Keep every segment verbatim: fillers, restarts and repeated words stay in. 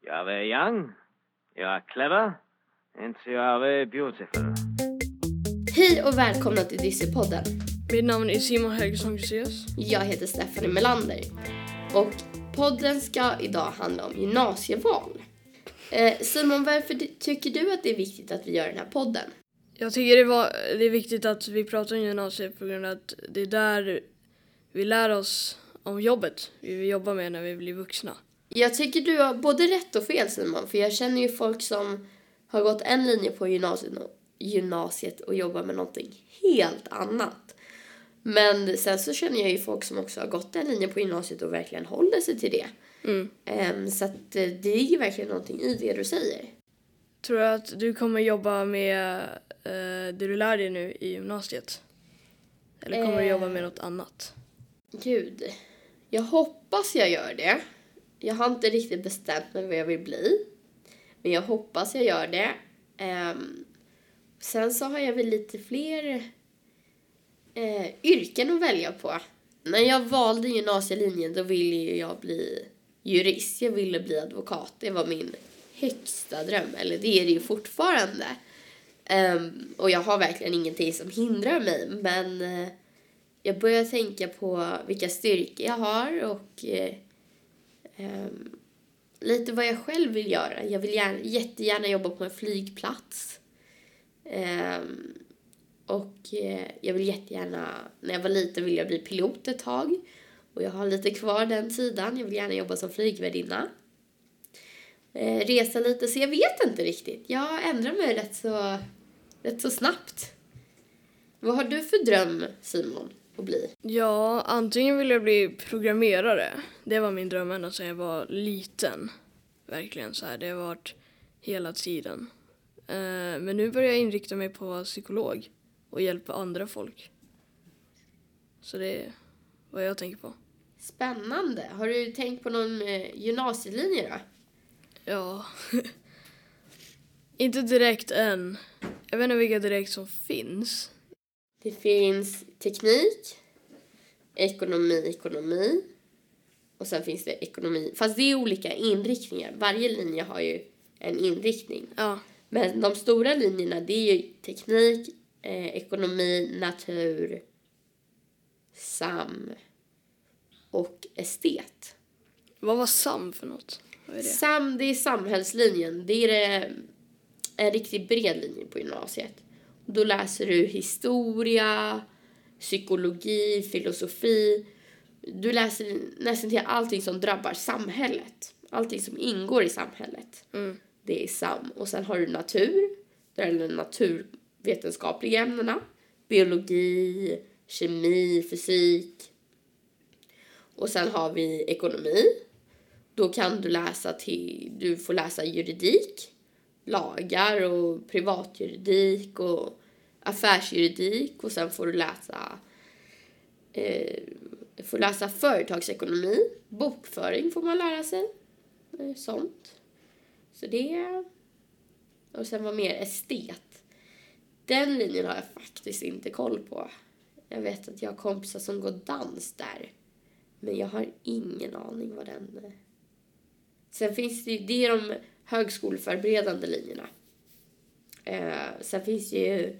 You're very young, you're clever, and you're very beautiful. Hej och välkomna till Dyssepodden. Mitt namn är Simon Högesson Guseus. Jag heter Stephanie Melander. Och podden ska idag handla om gymnasieval. Eh, Simon, varför tycker du att det är viktigt att vi gör den här podden? Jag tycker det, var, det är viktigt att vi pratar om gymnasiet på grund av att det är där vi lär oss om jobbet vi vill jobba med när vi blir vuxna. Jag tycker du har både rätt och fel, Simon. För jag känner ju folk som har gått en linje på gymnasiet, gymnasiet och jobbar med någonting helt annat. Men sen så känner jag ju folk som också har gått en linje på gymnasiet och verkligen håller sig till det. Mm. Um, så att det är ju verkligen någonting i det du säger. Tror du att du kommer jobba med eh, det du lär dig nu i gymnasiet? Eller kommer eh, du jobba med något annat? Gud, jag hoppas jag gör det. Jag har inte riktigt bestämt mig vad jag vill bli. Men jag hoppas jag gör det. Um, sen så har jag väl lite fler eh, yrken att välja på. När jag valde gymnasielinjen då ville jag bli jurist. Jag ville bli advokat. Det var min högsta dröm. Eller det är det ju fortfarande. Um, och jag har verkligen ingenting som hindrar mig. Men uh, jag börjar tänka på vilka styrkor jag har. Och uh, um, lite vad jag själv vill göra. Jag vill gärna, jättegärna jobba på en flygplats. Um, och uh, jag vill jättegärna, när jag var liten ville jag bli pilot ett tag. Och jag har lite kvar den sidan. Jag vill gärna jobba som flygvärdinna. Uh, resa lite, så jag vet inte riktigt. Jag ändrar mig rätt så, rätt så snabbt. Vad har du för dröm, Simon, att bli? Ja, antingen vill jag bli programmerare. Det var min dröm ända sedan jag var liten. Verkligen så här, det har varit hela tiden. Uh, men nu börjar jag inrikta mig på psykolog och hjälpa andra folk. Så det är vad jag tänker på. Spännande. Har du tänkt på någon eh, gymnasielinje då? Ja, inte direkt än. Jag vet inte vilka direkt som finns. Det finns teknik, ekonomi, ekonomi. Och sen finns det ekonomi. Fast det är olika inriktningar. Varje linje har ju en inriktning. Ja. Men de stora linjerna, det är ju teknik, eh, ekonomi, natur, sam och estet. Vad var SAM för något? Vad är det? Sam, det är samhällslinjen. Det är det, en riktigt bred linje på gymnasiet. Då läser du historia, psykologi, filosofi. Du läser nästan till allting som drabbar samhället. Allting som ingår i samhället. Mm. Det är sam. Och sen har du natur. Där är det naturvetenskapliga ämnena. Biologi, kemi, fysik. Och sen har vi ekonomi. Då kan du läsa till, du får läsa juridik, lagar och privatjuridik och affärsjuridik. Och sen får du läsa, eh, får läsa företagsekonomi, bokföring får man lära sig, eh, sånt. Så det, och sen var mer estet. Den linjen har jag faktiskt inte koll på. Jag vet att jag har kompisar som går dans där. Men jag har ingen aning vad den är. Sen finns det ju, det är de högskoleförberedande linjerna. Eh, sen finns det ju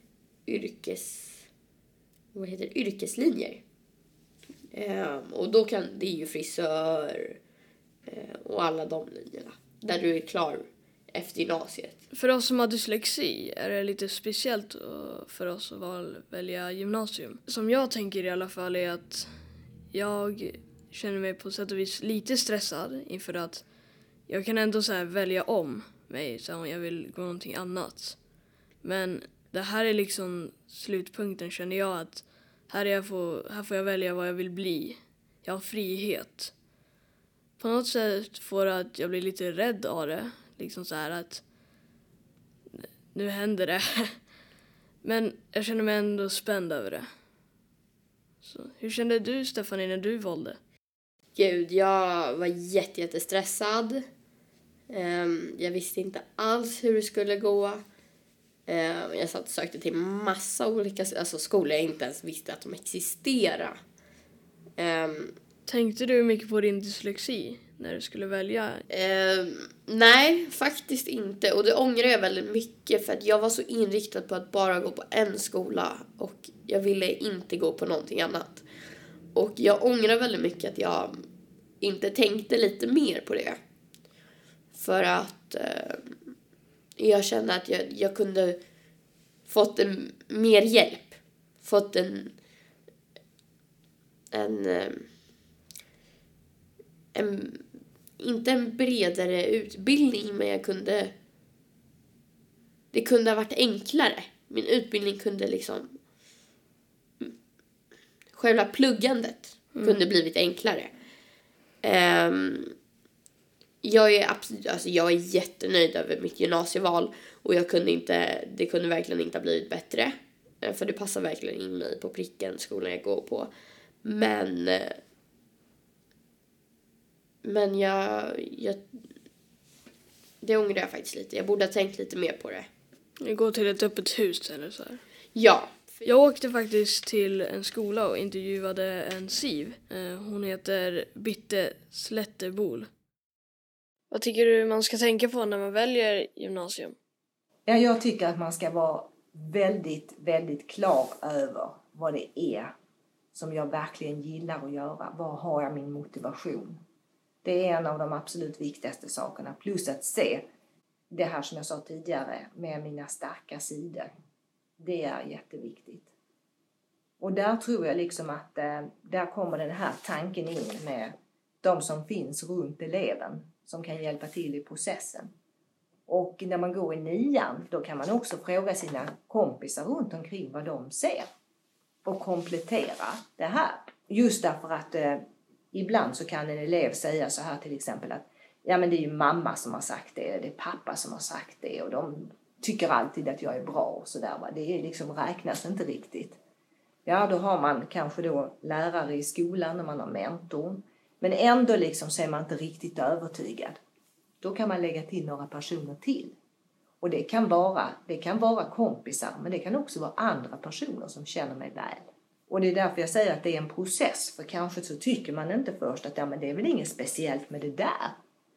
yrkes, vad heter det? Yrkeslinjer. Eh, och då kan, det är ju frisör eh, och alla de linjerna. Där du är klar efter gymnasiet. För oss som har dyslexi är det lite speciellt för oss att välja gymnasium. Som jag tänker i alla fall är att jag känner mig på sätt och vis lite stressad inför att jag kan ändå så här välja om mig så om jag vill gå någonting annat. Men det här är liksom slutpunkten, känner jag, att här, är jag får, här får jag välja vad jag vill bli. Jag har frihet. På något sätt får det att jag blir lite rädd av det. Liksom så här att nu händer det. Men jag känner mig ändå spänd över det. Så, hur kände du, Stephanie, när du valde? Gud, jag var jätte, jättestressad. Um, jag visste inte alls hur det skulle gå. Um, jag satt och sökte till massa olika alltså skolor jag inte ens visste att de existerade. Um, Tänkte du mycket på din dyslexi när du skulle välja? Eh, nej, faktiskt inte. Och det ångrar jag väldigt mycket för att jag var så inriktad på att bara gå på en skola och jag ville inte gå på någonting annat. Och jag ångrar väldigt mycket att jag inte tänkte lite mer på det. För att eh, jag kände att jag, jag kunde fått en, mer hjälp. Fått en, en, eh, en, inte en bredare utbildning, men jag kunde, det kunde ha varit enklare. Min utbildning kunde liksom, själva pluggandet mm. kunde blivit enklare. Um, jag är absolut, alltså jag är jättenöjd över mitt gymnasieval och jag kunde inte, det kunde verkligen inte ha blivit bättre, för det passar verkligen in mig på pricken, skolan jag går på. Men men jag, jag det ångrar jag faktiskt lite. Jag borde ha tänkt lite mer på det. Jag går till ett öppet hus eller så här. Ja. Jag åkte faktiskt till en skola och intervjuade en Siv. Hon heter Bitte Slättebol. Vad tycker du man ska tänka på när man väljer gymnasium? Ja, jag tycker att man ska vara väldigt, väldigt klar över vad det är som jag verkligen gillar att göra. Var har jag min motivation? Det är en av de absolut viktigaste sakerna. Plus att se det här som jag sa tidigare med mina starka sidor. Det är jätteviktigt. Och där tror jag liksom att eh, där kommer den här tanken in med de som finns runt eleven som kan hjälpa till i processen. Och när man går i nian, då kan man också fråga sina kompisar runt omkring vad de ser. Och komplettera det här. Just därför att eh, ibland så kan en elev säga så här till exempel att ja, men det är ju mamma som har sagt det, det är pappa som har sagt det och de tycker alltid att jag är bra och sådär. Va? Det är liksom, räknas inte riktigt. Ja, då har man kanske då lärare i skolan när man har mentor. Men ändå liksom så är man inte riktigt övertygad. Då kan man lägga till några personer till. Och det kan vara, det kan vara kompisar, men det kan också vara andra personer som känner mig väl. Och det är därför jag säger att det är en process. För kanske så tycker man inte först att ja, men det är väl inget speciellt med det där.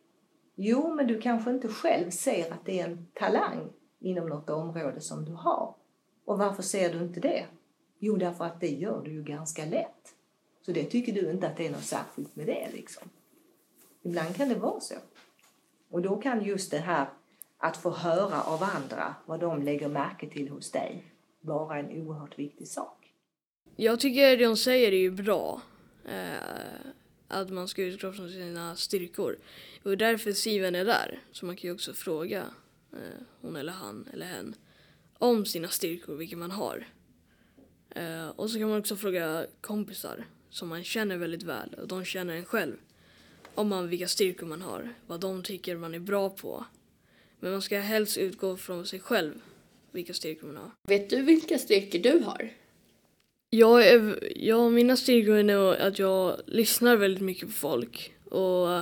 Jo, men du kanske inte själv ser att det är en talang inom något område som du har. Och varför ser du inte det? Jo, därför att det gör du ju ganska lätt. Så det tycker du inte att det är något särskilt med det liksom. Ibland kan det vara så. Och då kan just det här att få höra av andra vad de lägger märke till hos dig vara en oerhört viktig sak. Jag tycker det hon säger är ju bra. Eh, att man ska utgå från sina styrkor. Och därför Siven är där. Så man kan ju också fråga eh, hon eller han eller hen om sina styrkor, vilka man har. Eh, och så kan man också fråga kompisar som man känner väldigt väl. Och de känner en själv. Om man vilka styrkor man har. Vad de tycker man är bra på. Men man ska helst utgå från sig själv. Vilka styrkor man har. Vet du vilka styrkor du har? Jag är, jag, mina styrkor är nog att jag lyssnar väldigt mycket på folk. Och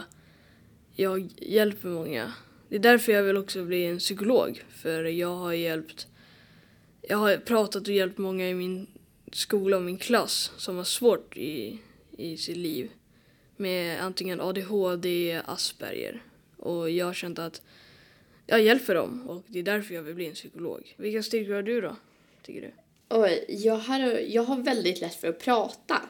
jag hjälper många. Det är därför jag vill också bli en psykolog. För jag har hjälpt. Jag har pratat och hjälpt många i min skola och min klass. Som har svårt i, i sitt liv. Med antingen A D H D, Asperger. Och jag har känt att jag hjälper dem. Och det är därför jag vill bli en psykolog. Vilka styrkor har du då, tycker du? Oj, jag har, jag har väldigt lätt för att prata.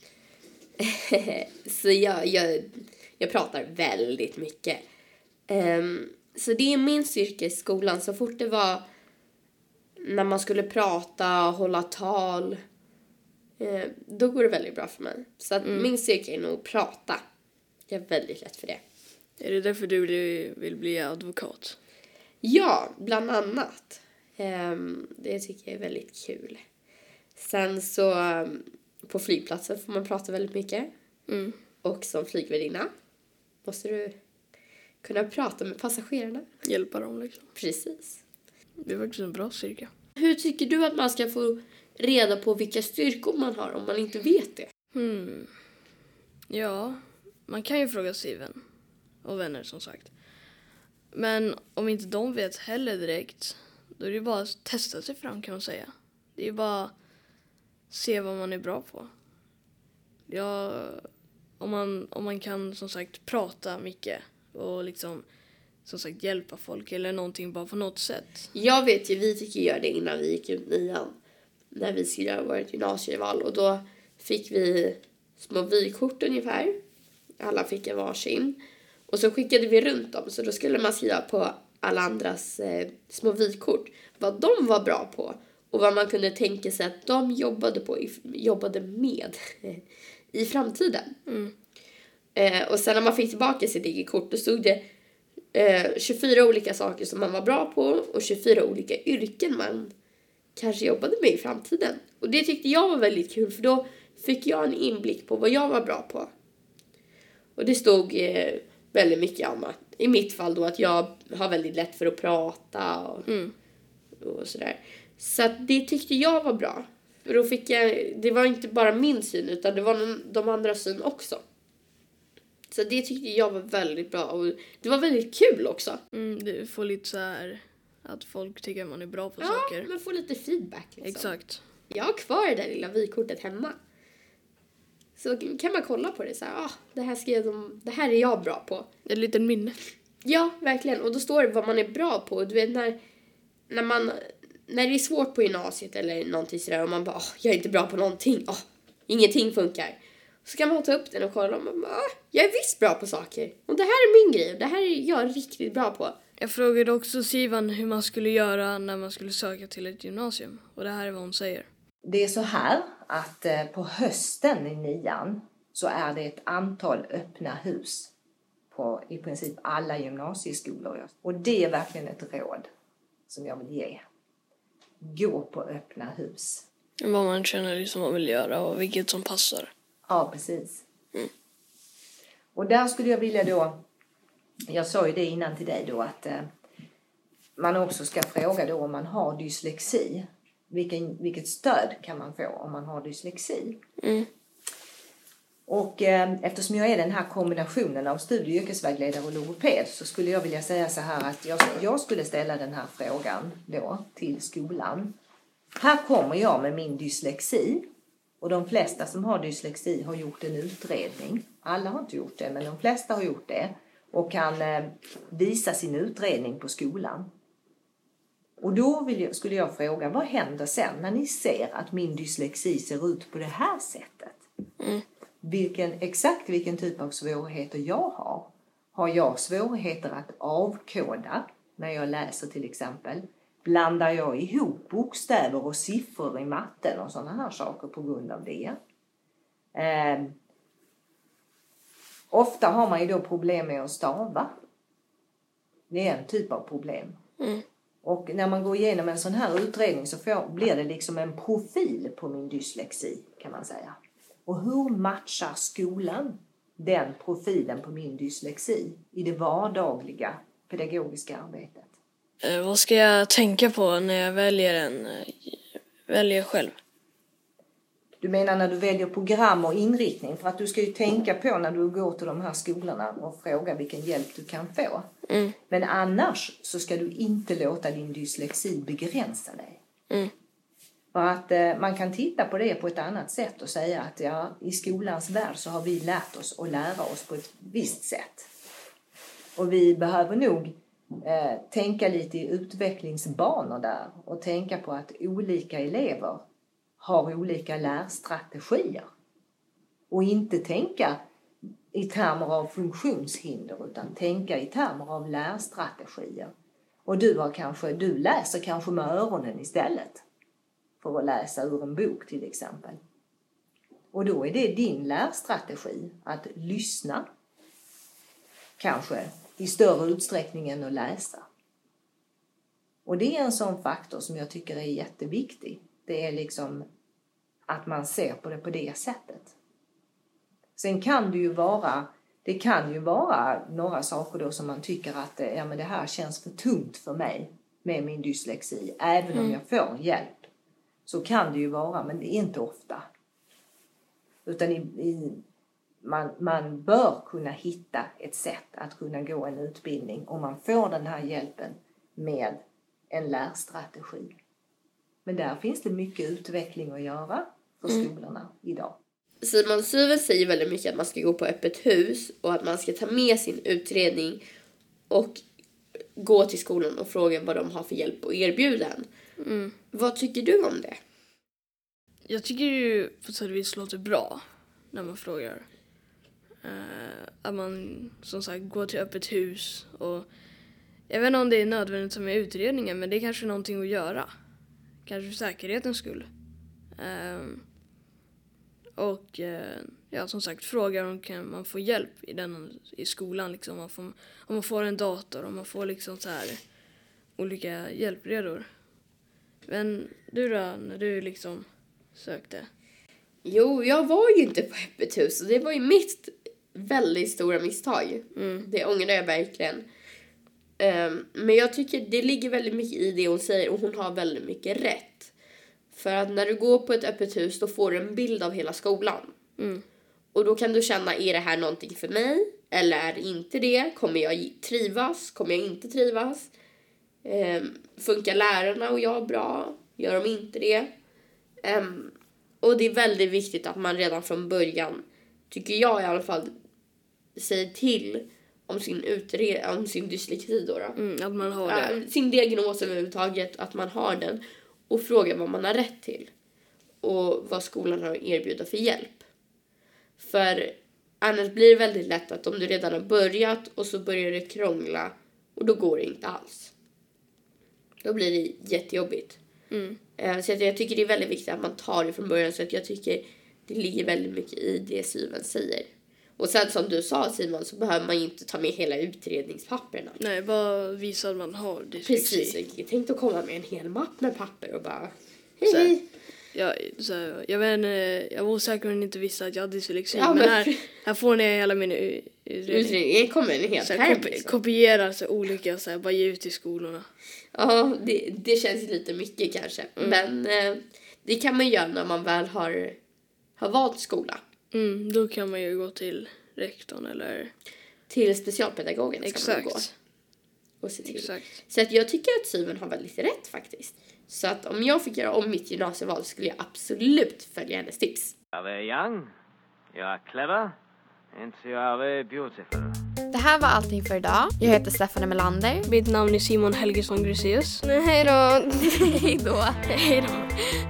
Så jag, jag, jag pratar väldigt mycket. Um, så det är min styrka i skolan. Så fort det var när man skulle prata, hålla tal, eh, då går det väldigt bra för mig. Så att mm. min styrka är nog att prata. Jag är väldigt lätt för det. Är det därför du vill bli advokat? Ja, bland annat. Um, det tycker jag är väldigt kul. Sen så um, på flygplatsen får man prata väldigt mycket. Mm. Och som flygvärdinna måste du kunna prata med passagerarna. Hjälpa dem liksom. Precis. Det är faktiskt en bra styrka. Hur tycker du att man ska få reda på vilka styrkor man har om man inte vet det? Hmm. Ja, man kan ju fråga Siven och vänner som sagt. Men om inte de vet heller direkt, då är det bara att testa sig fram kan man säga. Det är bara se vad man är bra på. Jag om man, om man kan som sagt prata mycket och liksom som sagt hjälpa folk eller någonting bara på något sätt. Jag vet ju, vi fick ju göra det innan vi gick ut nian. När vi skulle göra vårt gymnasieval. Och då fick vi små vykort ungefär. Alla fick en varsin. Och så skickade vi runt dem. Så då skulle man skriva på alla andras eh, små vykort vad de var bra på. Och vad man kunde tänka sig att de jobbade på, jobbade med i framtiden. Mm. Eh, och sen när man fick tillbaka sitt eget kort, då stod det eh, tjugofyra olika saker som man var bra på. Och tjugofyra olika yrken man kanske jobbade med i framtiden. Och det tyckte jag var väldigt kul, för då fick jag en inblick på vad jag var bra på. Och det stod eh, väldigt mycket annat. I mitt fall då att jag har väldigt lätt för att prata och, Mm. och sådär. Så att det tyckte jag var bra. För då fick jag, det var inte bara min syn utan det var de, de andra syn också. Så det tyckte jag var väldigt bra och det var väldigt kul också. Mm, du får lite så här att folk tycker att man är bra på Ja, saker. men få lite feedback liksom. Exakt. Jag har kvar det där lilla vykortet hemma. Så kan man kolla på det så här, ah, det här skrev de, det här är jag bra på. Ett litet minne. Ja, verkligen. Och då står det vad man är bra på. Du vet när, när man, när det är svårt på gymnasiet eller någonting sådär och man bara, oh, jag är inte bra på någonting. Oh, ingenting funkar. Så kan man ta upp den och kolla och man bara, ah, jag är visst bra på saker. Och det här är min grej. Det här är jag riktigt bra på. Jag frågade också Sivan hur man skulle göra när man skulle söka till ett gymnasium. Och det här är vad hon säger. Det är så här att eh, på hösten i nian så är det ett antal öppna hus på i princip alla gymnasieskolor. Och det är verkligen ett råd som jag vill ge. Gå på öppna hus. Vad man känner liksom man vill göra och vilket som passar. Ja, precis. Mm. Och där skulle jag vilja då, jag sa ju det innan till dig då att eh, man också ska fråga då om man har dyslexi. Vilken, vilket stöd kan man få om man har dyslexi? Mm. Och eh, eftersom jag är den här kombinationen av studie- och yrkesvägledare och logoped så skulle jag vilja säga så här att jag, jag skulle ställa den här frågan då till skolan. Här kommer jag med min dyslexi och de flesta som har dyslexi har gjort en utredning. Alla har inte gjort det men de flesta har gjort det och kan eh, visa sin utredning på skolan. Och då vill jag, skulle jag fråga, vad händer sen när ni ser att min dyslexi ser ut på det här sättet? Mm. Vilken, exakt vilken typ av svårigheter jag har. Har jag svårigheter att avkoda när jag läser till exempel? Blandar jag ihop bokstäver och siffror i matten och sådana här saker på grund av det? Eh, ofta har man ju då problem med att stava. Det är en typ av problem. Mm. Och när man går igenom en sån här utredning så får, blir det liksom en profil på min dyslexi kan man säga. Och hur matchar skolan den profilen på min dyslexi i det vardagliga pedagogiska arbetet? Eh, vad ska jag tänka på när jag väljer en eh, väljer själv? Du menar när du väljer program och inriktning? För att du ska ju tänka på när du går till de här skolorna och fråga vilken hjälp du kan få. Mm. Men annars så ska du inte låta din dyslexi begränsa dig. Mm. För att eh, man kan titta på det på ett annat sätt och säga att ja, i skolans värld så har vi lärt oss att lära oss på ett visst sätt. Och vi behöver nog eh, tänka lite i utvecklingsbanor där och tänka på att olika elever har olika lärstrategier. Och inte tänka i termer av funktionshinder utan tänka i termer av lärstrategier. Och du, har kanske, du läser kanske med öronen istället för att läsa ur en bok till exempel. Och då är det din lärstrategi att lyssna kanske i större utsträckning än att läsa. Och det är en sån faktor som jag tycker är jätteviktig. Det är liksom att man ser på det på det sättet. Sen kan det ju vara, det kan ju vara några saker då som man tycker att ja, men det här känns för tungt för mig med min dyslexi. Även mm. om jag får hjälp. Så kan det ju vara, men det är inte ofta. Utan i, i, man, man bör kunna hitta ett sätt att kunna gå en utbildning om man får den här hjälpen med en lärstrategi. Men där finns det mycket utveckling att göra för skolorna mm. idag. Simon Syven säger väldigt mycket att man ska gå på öppet hus och att man ska ta med sin utredning och gå till skolan och fråga vad de har för hjälp att erbjuda en. Mm. Vad tycker du om det? Jag tycker ju på sätt och vis låter bra när man frågar. Uh, att man som sagt går till öppet hus. Och jag vet inte om det är nödvändigt med utredningen, men det är kanske någonting att göra. Kanske för säkerhetens skull. Uh, och uh, ja, som sagt, frågar om kan man få hjälp i, den, i skolan. Liksom. Man får, om man får en dator, om man får liksom så här olika hjälpredor. Men du då, när du liksom sökte? Jo, jag var ju inte på öppet hus och det var ju mitt väldigt stora misstag. Mm. Det ångrar jag verkligen. Um, men jag tycker det ligger väldigt mycket i det hon säger och hon har väldigt mycket rätt. För att när du går på ett öppet hus då får du en bild av hela skolan. Mm. Och då kan du känna, är det här någonting för mig? Eller är det inte det? Kommer jag trivas? Kommer jag inte trivas? Um, funkar lärarna och jag bra? Gör de inte det? Um, och det är väldigt viktigt att man redan från början, tycker jag i alla fall, säger till om sin, utred- om sin dyslexi då. då. Mm, att man har det. Uh, sin diagnos överhuvudtaget, att man har den. Och fråga vad man har rätt till. Och vad skolan har att erbjuda för hjälp. För annars blir det väldigt lätt att om du redan har börjat och så börjar det krångla och då går det inte alls. Då blir det jättejobbigt. Mm. Så att jag tycker det är väldigt viktigt att man tar det från början. Så att jag tycker det ligger väldigt mycket i det Syven säger. Och sen som du sa Simon, så behöver man ju inte ta med hela utredningspapperna. Nej, bara visa att man har dyslexi. Precis, jag tänkte att komma med en hel mapp med papper och bara hej Så här, hej. Ja, så här, jag vet inte, jag var osäker om ni inte visste att jag hade dyslexi. Ja, men men- här, här får ni hela min u- utredning. Utredningen kommer en hel Så här, term kopi- liksom. kopiera så här, olika, så här, bara ge ut i skolorna. Ja, det, det känns lite mycket kanske. Mm. Men eh, det kan man göra när man väl har, har valt skola. Mm, då kan man ju gå till rektorn eller... Till specialpedagogen ska man gå. Exakt, Och se till. exakt. Så att jag tycker att Syven har väldigt rätt faktiskt. Så att om jag fick göra om mitt gymnasieval skulle jag absolut följa hennes tips. You are very young, you are clever, and you are very beautiful. Det här var allting för idag. Jag heter Stefanie Melander. Mitt namn är Simon Helgesson Griseus. Hej då! Hej då! Hej då!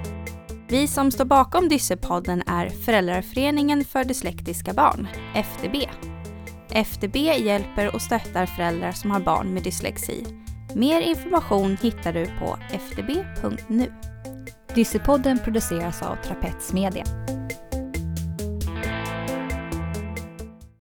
Vi som står bakom Dyssepodden är Föräldraföreningen för dyslektiska barn, F D B. F D B hjälper och stöttar föräldrar som har barn med dyslexi. Mer information hittar du på f d b punkt n u. Dyssepodden produceras av Trapets Media.